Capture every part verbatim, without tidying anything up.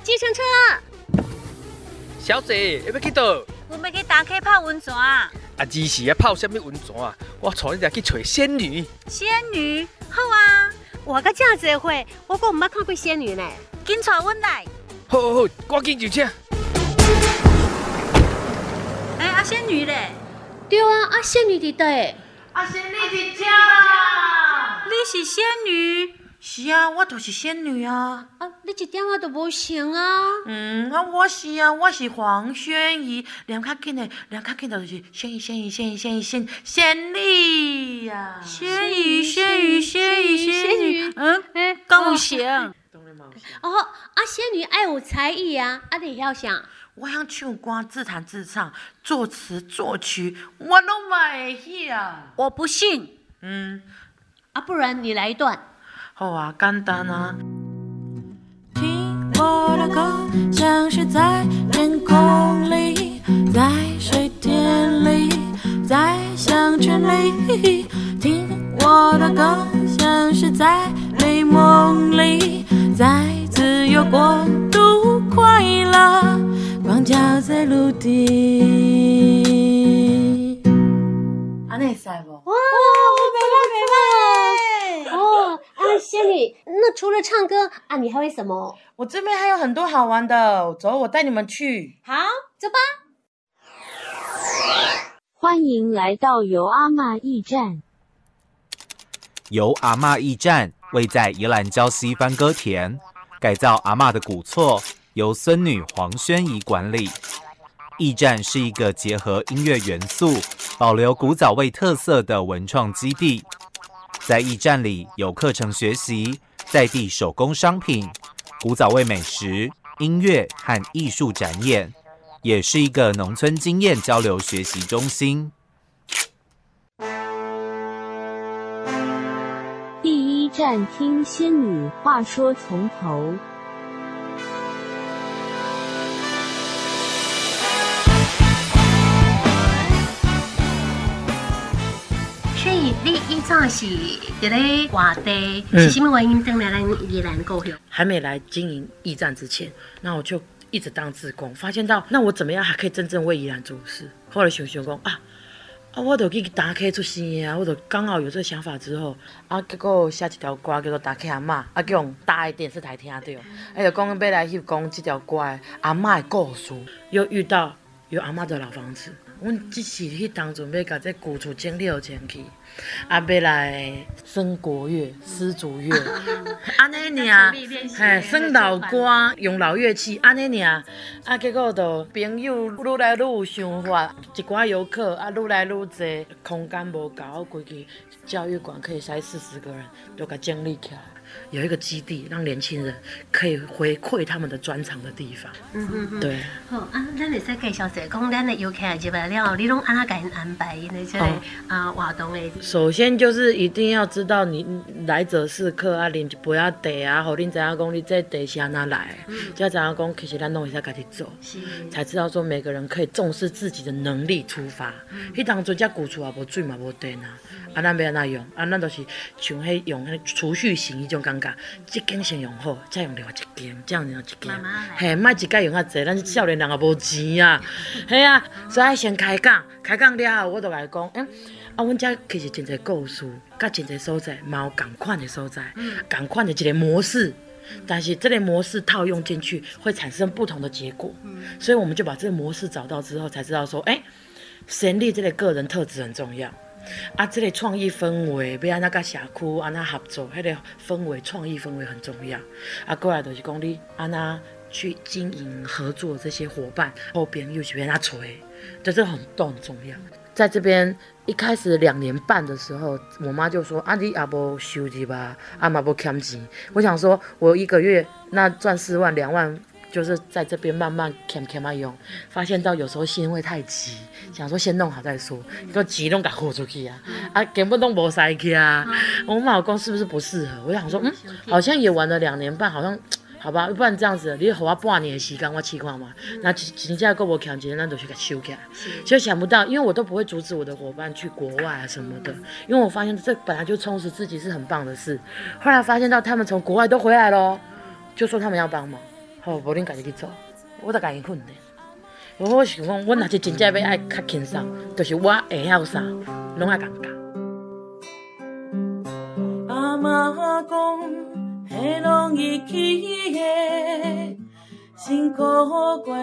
计程车。 小姐，要去倒？ 我们去打 K 泡温泉啊！ 啊，二是啊，泡什么温泉啊？我带你俩去找仙女。 仙女，好啊！ 我个这样子会，我讲唔捌看过仙女呢。 紧带阮来。 好好好，赶紧上车。 哎，啊仙女咧？ 对啊，啊仙女伫倒？ 啊仙女伫遮啦！ 你是仙女？ 是啊，我就是仙女啊。 啊，你一点我都无像啊。 嗯，啊我是啊，我是黄轩怡，念较紧的，念较紧就是轩怡轩怡轩怡轩怡仙仙女呀。 仙女仙女仙女仙女，嗯，哎，敢有像？ 哦，啊仙女爱有才艺啊，啊你晓啥？ 我晓唱歌、自弹自唱、作词作曲，我拢嘛会晓。 我不信。 嗯， 啊，不然你来一段。 好啊，简单啊。 听我的歌，像是在天空里，在水田里，在乡村里。听我的歌，像是在美梦里，在自由国度快乐，光脚在陆地。 安尼会使无？ 哇，美了美了！哦，啊，仙女，那除了唱歌啊，你还会什么？ 我这边还有很多好玩的，走，我带你们去。 好，走吧。 欢迎来到游阿嬷驿站。 游阿嬷驿站位在宜兰礁溪番歌田，改造阿嬷的古厝，由孙女黄轩怡管理。驿站是一个结合音乐元素、保留古早味特色的文创基地。在驿站里有课程学习、在地手工商品、古早味美食、音乐和艺术展演，也是一个农村经验交流学习中心。 第一站听仙女话说从头。 所以你以前是伫咧外地，是什么原因回来咱宜兰故乡？ 还没来经营驿站之前，那我就一直当志工，发现到那我怎么样还可以真正为宜兰做事？后来想想讲啊啊，我就去打 K 出声啊，我就刚好有这个想法之后啊，结果写一条歌叫做《打 K 阿嬷》，啊叫用大爱电视台听到，啊就讲要来翕讲这条歌的阿嬷的故事，又遇到有阿嬷的老房子。阮即是迄当阵要甲这古厝整理前去，啊，要来升国乐、丝竹乐，安尼尔，嘿，升老歌，用老乐器，安尼尔，啊，结果就朋友愈来愈有想法，一寡游客啊，愈来愈侪，空间无够，我规矩教育馆可以塞四十个人，就甲整理起来。有一个基地，让年轻人可以回馈他们的专长的地方。 嗯哼哼， 对。 好，啊，咱会使介绍者，讲咱的游客入来了后，你拢安怎甲因安排因的这个啊活动的？ 首先就是一定要知道你来者是客啊，啉一杯啊茶啊，互恁知影讲你这茶是安怎来，才知影讲其实咱拢会使家己做，才知道说每个人可以重视自己的能力出发。迄当阵只古厝也无水嘛无电啊，啊咱要安怎用？啊咱就是像迄用迄储蓄型迄种感觉，一间先用好，再用另外一间，这样用一间，嘿，莫一届用较济，咱少年人也无钱啊，嘿啊，所以先开讲，开讲了后，我就来讲，嗯。啊，阮遮其实真侪故事，甲真侪所在，嘛有同款的所在，同款的一个模式，但是这个模式套用进去会产生不同的结果，所以我们就把这个模式找到之后，才知道说，哎、欸，成立这个个人特质很重要。啊，这个创意氛围要安怎甲社区安怎合作，迄、那个氛围、创意氛围很重要。啊，过来就是讲你安怎去经营合作这些伙伴，后边又是安怎找，这这很都很重要。在这边一开始两年半的时候，我妈就说：“啊，你也无收入吧，啊嘛无欠钱。”我想说，我一个月那赚四万两万，就是在这边慢慢欠欠啊用。发现到有时候心会太急，想说先弄好再说，个急拢给豁出去啊，啊根本都无塞去啊。我妈老公是不是不适合？我想说，嗯，好像也玩了两年半，好像。好吧，不然这样子，你给我半年的时间，我试看嘛。那真正够无欠钱，咱就去给收起来。就想不到，因为我都不会阻止我的伙伴去国外啊什么的，因为我发现这本来就充实自己是很棒的事。后来发现到他们从国外都回来咯，就说他们要帮忙， 吼，无恁家己去做，我才家己训练。我想讲，阮若是真正要爱较轻松，就是我会晓啥，拢爱共教。 阿嬷讲，迄拢伊起的，辛苦过，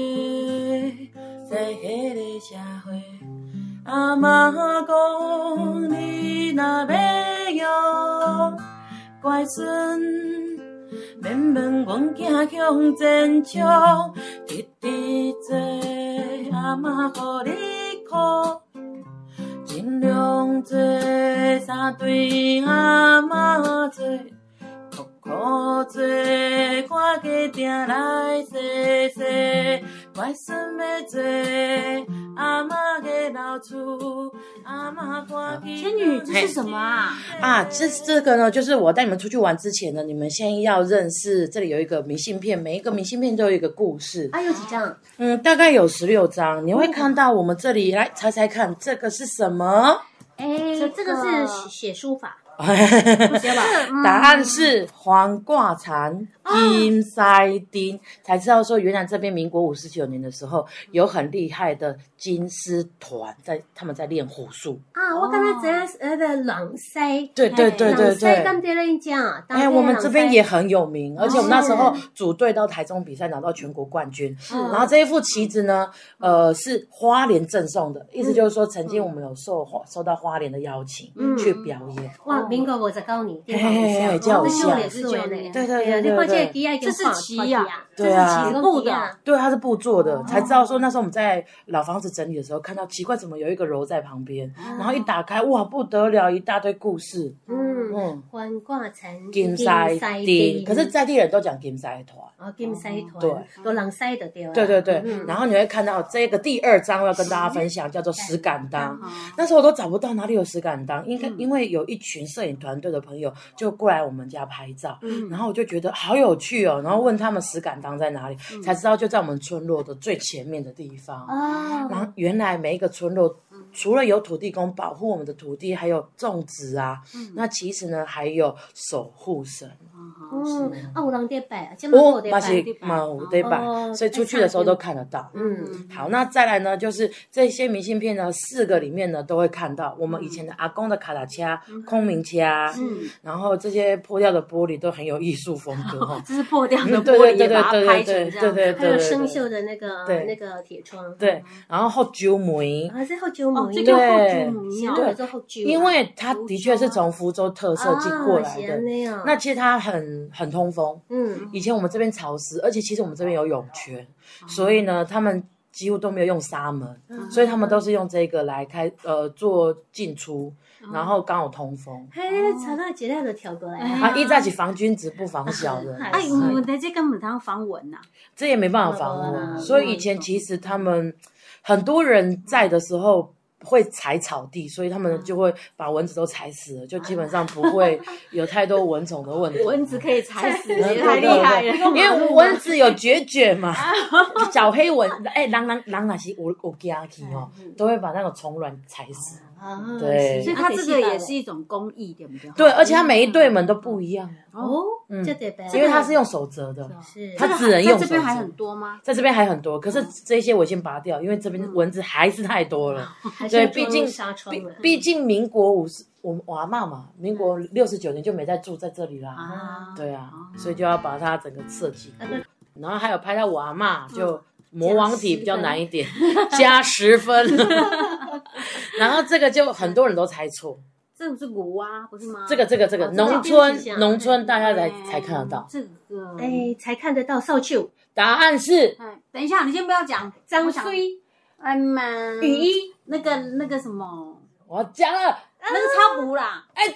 在迄个社会。阿嬷讲，你若要用乖孙，免问阮囝向前冲，直直做，阿嬷互你苦。尽量做，三对阿嬷做，苦苦做，看家定来细细，乖孙要做，阿嬷的老厝，阿嬷赶紧。 仙女，这是什么啊？ 啊，这这个呢，就是我带你们出去玩之前呢，你们先要认识，这里有一个明信片，每一个明信片都有一个故事。 啊，有几张？ 嗯，大概有十六张。你会看到我们这里，来猜猜看，这个是什么？ 哎，这个是写写书法。 答案是黄挂蝉、金塞丁，才知道说原来这边民国五十九年的时候有很厉害的金丝团在他们在练武术啊。我刚才知道那个朗西， 对对对对对， 朗西当地人讲， 哎，我们这边也很有名，而且我们那时候组队到台中比赛拿到全国冠军。然后这一副旗子呢，呃，是花莲赠送的，意思就是说曾经我们有受受到花莲的邀请去表演。 哇，民国五十九年， 嘿嘿嘿，叫我像， 也是九年， 对对对对对， 这是旗呀， 对啊， 布的， 对，它是布做的，才知道说那时候我们在老房子整理的时候，看到奇怪怎么有一个楼在旁边，然后一打开，哇，不得了，一大堆故事。 嗯嗯，黄挂蝉、 金塞丁，可是在地人都讲金塞团。 哦，金塞团， 对， 都人塞的对吧？ 对对对，然后你会看到这个第二章要跟大家分享，叫做石敢当。那时候我都找不到哪里有石敢当，应该因为有一群摄影团队的朋友就过来我们家拍照，然后我就觉得好有趣哦，然后问他们石敢当在哪里，才知道就在我们村落的最前面的地方。哦，然后原来每一个村落除了有土地公保护我们的土地，还有种植啊，那其实呢还有守护神。 嗯，啊有人在拜， 哦，嘛是嘛有在拜，所以出去的时候都看得到。 嗯， 好，那再来呢，就是这些明信片呢，四个里面呢都会看到我们以前的阿公的卡达车、空明车，嗯，然后这些破掉的玻璃都很有艺术风格哈。 这是破掉的玻璃，把它拍成这样。 对对对， 还有生锈的那个那个铁窗。 对，然后后九门， 啊，这后九门， 这叫后九门， 对，这后九， 因为它的确是从福州特色寄过来的。那其实它很很通风，嗯，以前我们这边潮湿，而且其实我们这边有涌泉，所以呢，他们几乎都没有用纱门，所以他们都是用这个来开呃做进出，然后刚好通风。 嘿，查到几辆就跳过来， 啊，一在是防君子不防小人。 哎，我们的这根本它防蚊呐， 这也没办法防蚊，所以以前其实他们很多人在的时候。会踩草地，所以他们就会把蚊子都踩死了，就基本上不会有太多蚊虫的问题。 蚊子可以踩死，也太厉害了。 因为蚊子有绝卷嘛，小黑蚊，哎、欸，人人人那是有有惊去哦，都会把那种虫卵踩死。 啊， 对， 所以它这个也是一种工艺，对不对？ 对，而且它每一对门都不一样哦， 嗯， 这得因为它是用手折的， 是它只能用手折。 在这边还很多吗？ 在这边还很多，可是这些我先拔掉，因为这边蚊子还是太多了。对，毕竟毕毕竟民国五十，我我阿嬷嘛，民国六十九年就没再住在这里啦。啊，对啊，所以就要把它整个设计。然后还有拍到我阿嬷就。魔王体比较难一点，加十分。然后这个就很多人都猜错， 这不是鼓啊，不是吗？ 这个这个这个农村农村大家才才看得到， 这个哎才看得到扫帚。 答案是， 等一下，你先不要讲张水， 哎妈， 雨衣， 那个那个什么， 我要讲了， 那个超补啦， 哎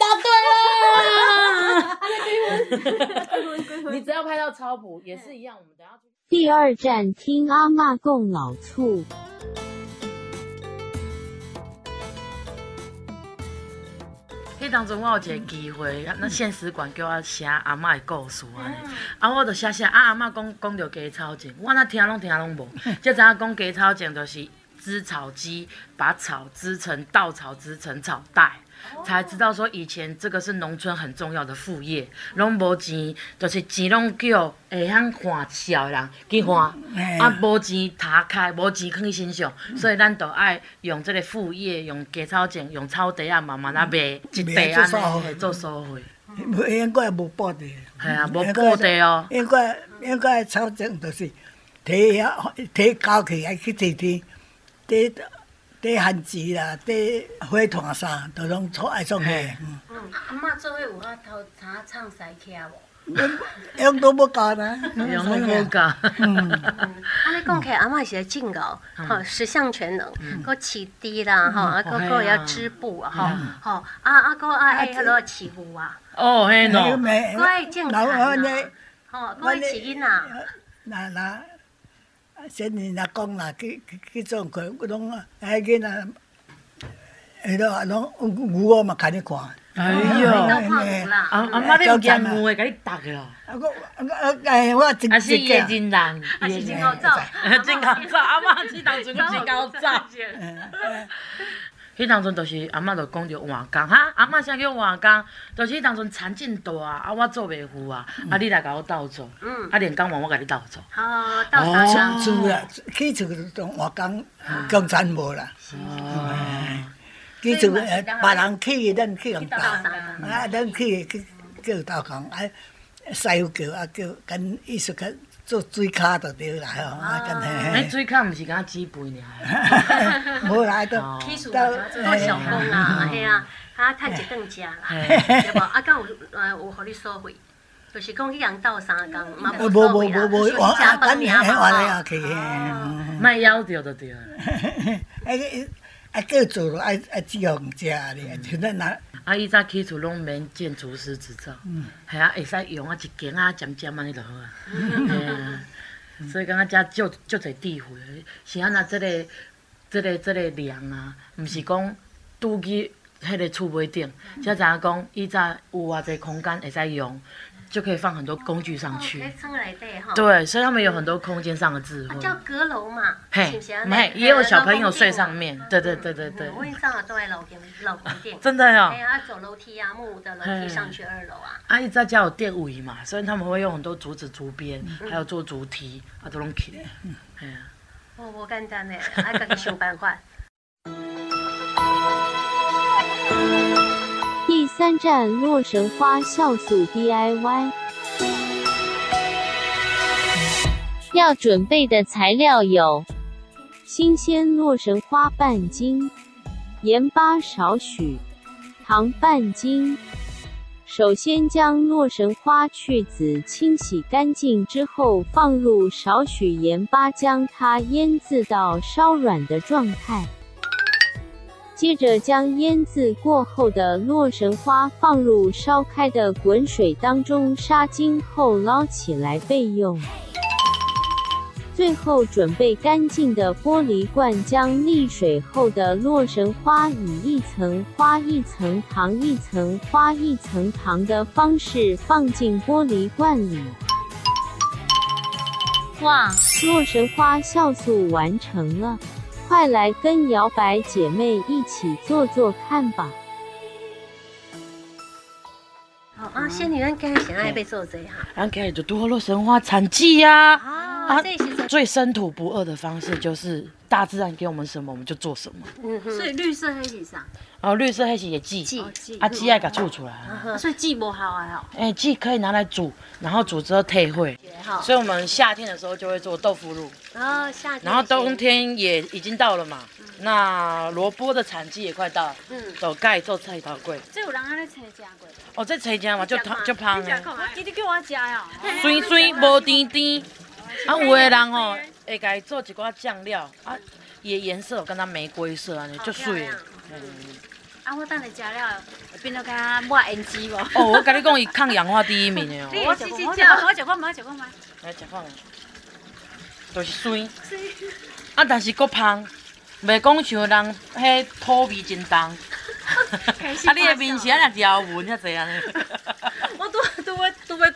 答对了，你只要拍到超补也是一样，我们等下。 第二站听阿嬷讲老厝。 迄当中我有一个机会，那现实馆叫我写阿嬷的故事安尼，啊我就写写啊阿嬷讲讲着鸡草井，我那听拢听拢无，才知影讲鸡草井就是织草机把草织成稻草，织成草袋。才知道说以前这个是农村很重要的副业，拢无钱，就是钱拢叫会晓换笑的人去换，啊无钱塔开，无钱放身上，所以咱就爱用这个副业，用加草钱，用草地啊慢慢啊卖一地安尼做收费。 应该无补地。 系啊，无补地哦。 应该应该草钱就是摕遐摕交去，还去摕摕摕。地番薯啦，地火炭啥，都拢错爱送去。 嗯，阿嬷做伙有法偷查唱西徛无？ 用都无教啦， 用都无教。 嗯，安尼讲起来，阿嬷是在进搞，吼，十项全能，搁起滴啦，吼，啊，搁搁要织布啊，吼，吼，啊啊，搁爱迄落起舞啊。 哦，嘿喏。 搁爱种田啊，吼，搁爱饲囡仔。 那那。先人若讲啦，去去去种课，拢迄囡仔，迄落拢牛我嘛看你看。 哎呦，阿阿妈你有养牛的，甲你搭的咯。 啊我哎我真还是伊会真人， 还是真好走， 真好走。阿妈去当阵真好走。迄当阵就是阿嬷就讲着换工，哈，阿嬷啥叫换工？就是迄当阵田真大啊，啊我做袂赴啊，啊你来甲我斗做，啊连工完我甲你斗做。 哦，斗啥工？ 厝啦，起厝种换工，共产无啦。哦。起厝诶，别人起，咱去共斗，啊咱去去叫斗工，啊师傅叫啊叫跟艺术家。做水骹就对啦吼，啊，干嘿。 迄水骹毋是敢煮肥尔。 无啦，都起厝做小工啊，嘿啊，啊，趁一顿食啦，对无？啊，敢有呃有互你收费，就是讲去人斗相共，嘛无收费啦，就是食饭尔嘛吼。 莫枵着就对。 哎啊，叫做咯，爱爱煮互人食咧，像咱若。 啊，以早起厝拢免建厨师执照，系啊，会使用啊一间啊渐渐安尼就好啊。系啊，所以感觉遮足足侪智慧，是安那即个、即个、即个量啊，毋是讲拄去迄个厝尾顶，才知影讲以早有偌济空间会使用。就可以放很多工具上去。 在村内底哈。 对，所以他们有很多空间上的智慧。 叫阁楼嘛， 嘿，没也有小朋友睡上面。对对对对对。 我以前也住在楼顶，楼顶。 真的哟。 哎呀，走楼梯啊，木的楼梯上去二楼啊。 啊，一在家有电位嘛，所以他们会用很多竹子、竹编，还有做竹梯，啊，都拢起来。哎呀。 哦，无简单嘞，爱家己想办法。 第三站洛神花酵素 D I Y， 要准备的材料有：新鲜洛神花半斤，盐巴少许，糖半斤。首先将洛神花去籽清洗干净之后，放入少许盐巴，将它腌制到稍软的状态。接着将腌制过后的洛神花放入烧开的滚水当中杀精后捞起来备用。最后准备干净的玻璃罐，将沥水后的洛神花以一层花一层糖一层花一层糖的方式放进玻璃罐里。哇，洛神花酵素完成了！快来跟摇摆姐妹一起做做看吧！ 好啊，仙女，咱今日想要要做这哈， 咱今日就拄好洛神花产季呀！ 啊，这是最生土不二的方式，就是大自然给我们什么，我们就做什么。 嗯哼。所以绿色黑是啥？ 哦，绿色黑是也籽， 籽啊籽爱给它吐出来。 所以籽不好啊哦。 哎，籽可以拿来煮，然后煮之后退会。所以我们夏天的时候就会做豆腐乳。 哦，夏天。 然后冬天也已经到了嘛，那萝卜的产季也快到了。嗯。就盖做菜头粿。 这有人安尼切食过？ 哦，这切食嘛，就就香的。 你你叫我食哦。 水水无甜甜。啊，有的人吼会家己做一寡酱料，啊，伊的颜色敢若玫瑰色安尼，足水的。嗯。 啊，我等下食了，会变到甲抹胭脂无？ 哦，我甲你讲，伊抗氧化第一名的哦。 我食过，我食过，我食过，我食过， 来食看。就是水。啊，但是佫香，袂讲像人迄土味真重。啊，你的面是安那条纹遐济安尼。 我拄拄要拄要讲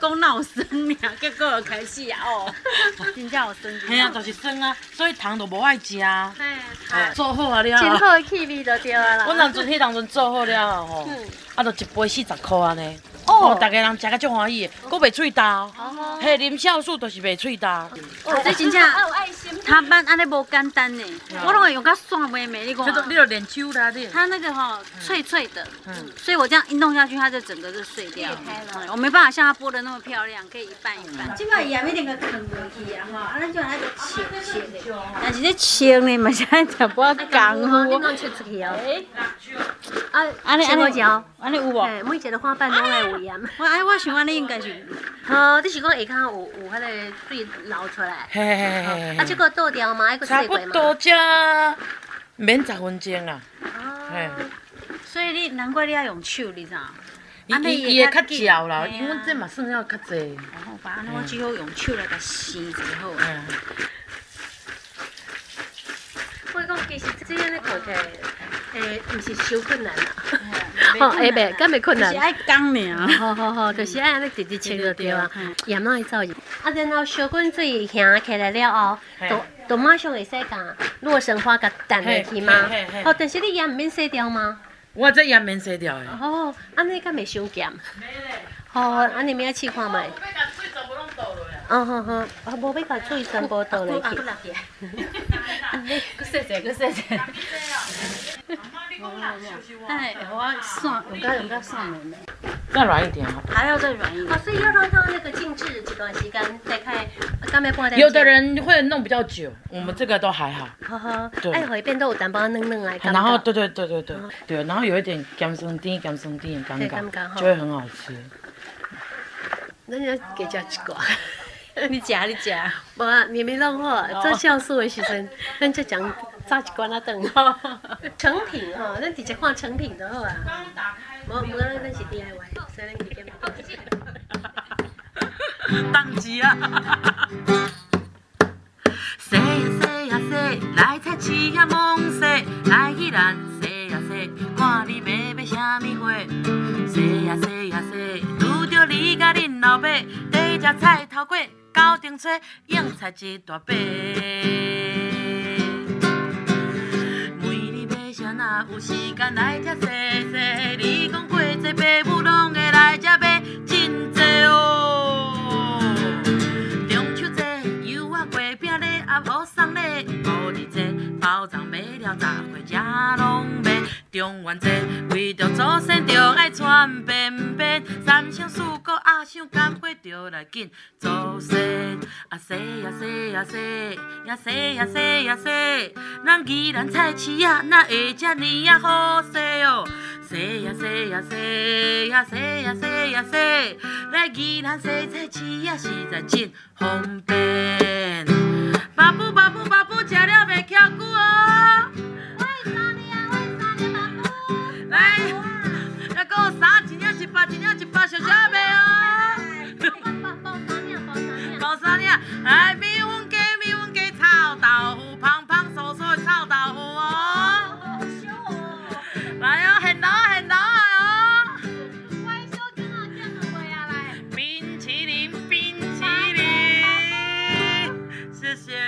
讲哪有酸尔，结果就开始啊哦，真正有酸。 嘿啊，就是酸啊，所以糖都无爱食。 嘿， 做好啊了。 真好的气味就对啊啦。 阮当阵迄当阵做好了吼，啊，就一杯四十箍安尼。哦，大家人食甲足欢喜的，佫袂喙焦。哦，嘿，啉酵素就是袂喙焦。 哦，这真正他班安尼无简单呢，我拢会用到蒜妹妹，你讲。 你就练手啦，你。 它那个哈脆脆的，嗯，所以我这样一弄下去，它就整个就碎掉了。我没办法像它剥的那么漂亮，可以一半一半。 即摆盐一定个放落去啊，吼，啊，咱就来个切切的。 但是这切呢，嘛是爱淡薄仔功夫。 你弄切出去哦。 啊，安尼安尼椒， 安尼有无？ 嘿，每一个花瓣拢爱有盐。 我哎，我想安尼应该是。 哦，你是讲下骹有有迄个水流出来？ 嘿嘿嘿嘿。 啊，这个倒掉吗？还个差不多只免十分钟啦。 哦。所以你难怪你要用手，你知道？ 伊伊伊会较焦啦，因为阮这嘛算要较济。 哦，把安尼我只好用手来甲洗就好啊。 我讲其实这样咧看起来，诶，毋是伤困难啦。哦，会袂，敢袂困难。 是爱讲尔。 好好好，就是爱安尼直直切就对啊。盐拢会走入，啊，然后小滚水行起来了后，就就马上会使甲洛神花甲淡落去吗？哦，但是你盐毋免洗掉吗？ 我这盐免洗掉的。 哦，安尼敢袂伤咸？袂咧。哦，安尼明仔试看卖。哦好好，啊无要甲水全部倒落去。 你搁洗洗，搁洗洗。哎，我蒜，用到用到蒜妹妹。 再软一点啊。 还要再软一点。 哦，所以要让它那个静置一段时间，再开，干咩半点？ 有的人会弄比较久，我们这个都还好。 呵呵，哎，会变到有淡薄嫩嫩来。 然后对对对对对对，然后有一点咸酸甜咸酸甜的感觉，就会很好吃。 咱要加食一寡。 你食你食， 无啊，绵绵弄好，做酵素的时阵，咱就讲炸一罐啊顿。成品吼，咱直接看成品就好啊。无无，咱咱是 D I Y， 所以咱直接买。 当机啊！洗呀洗呀洗，来菜市呀忙洗，来去咱洗呀洗，看你买要啥物货。洗呀洗呀洗，拄着你甲恁老爸，第一只菜头粿。高顶吹，用菜一大把。每日要啥若有时间来遮洗洗，你讲过这爸母拢会来遮买真济哦。中秋节油啊月饼咧，啊无送咧，五二节包粽买了十岁才拢买。中元节为着祖先着爱穿便便，三生四果啊想干花着来紧祖先。啊洗呀洗呀洗，呀洗呀洗呀洗，咱宜兰菜市啊哪会遮尼啊好洗哦？洗呀洗呀洗，呀洗呀洗呀洗，来宜兰洗菜市啊实在真方便。爸母爸母爸母食了袂翘久哦。来，要给我三一领一百，一领一百，小小妹哦。包三领，来米粉鸡，米粉鸡炒豆腐，胖胖瘦瘦的炒豆腐哦。来哦，很老很老哦。冰淇淋，冰淇淋，谢谢。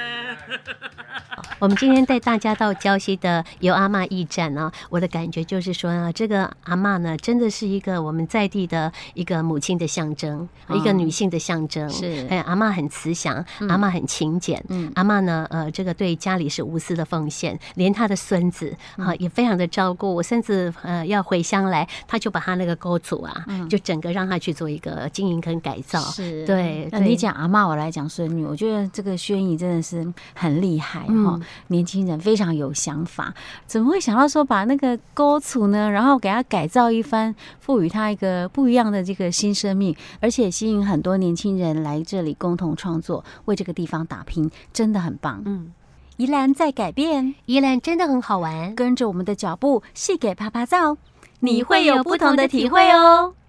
我们今天带大家到礁溪的游阿嬷驿站呢，我的感觉就是说呢，这个阿嬷呢，真的是一个我们在地的一个母亲的象征，嗯、一个女性的象征。是，哎，阿嬷很慈祥，嗯、阿嬷很勤俭，嗯、阿嬷呢，呃，这个对家里是无私的奉献，连她的孙子啊、呃、也非常的照顾。我孙子呃要回乡来，他就把他那个沟组啊，嗯、就整个让他去做一个经营跟改造。是，对。 那你讲阿嬷，我来讲孙女，我觉得这个轩姨真的是很厉害哈。嗯年轻人非常有想法，怎么会想到说把那个沟厝呢，然后给它改造一番，赋予它一个不一样的这个新生命，而且吸引很多年轻人来这里共同创作，为这个地方打拼，真的很棒。嗯，宜兰在改变， 宜兰真的很好玩， 跟着我们的脚步，细给啪啪照，你会有不同的体会哦。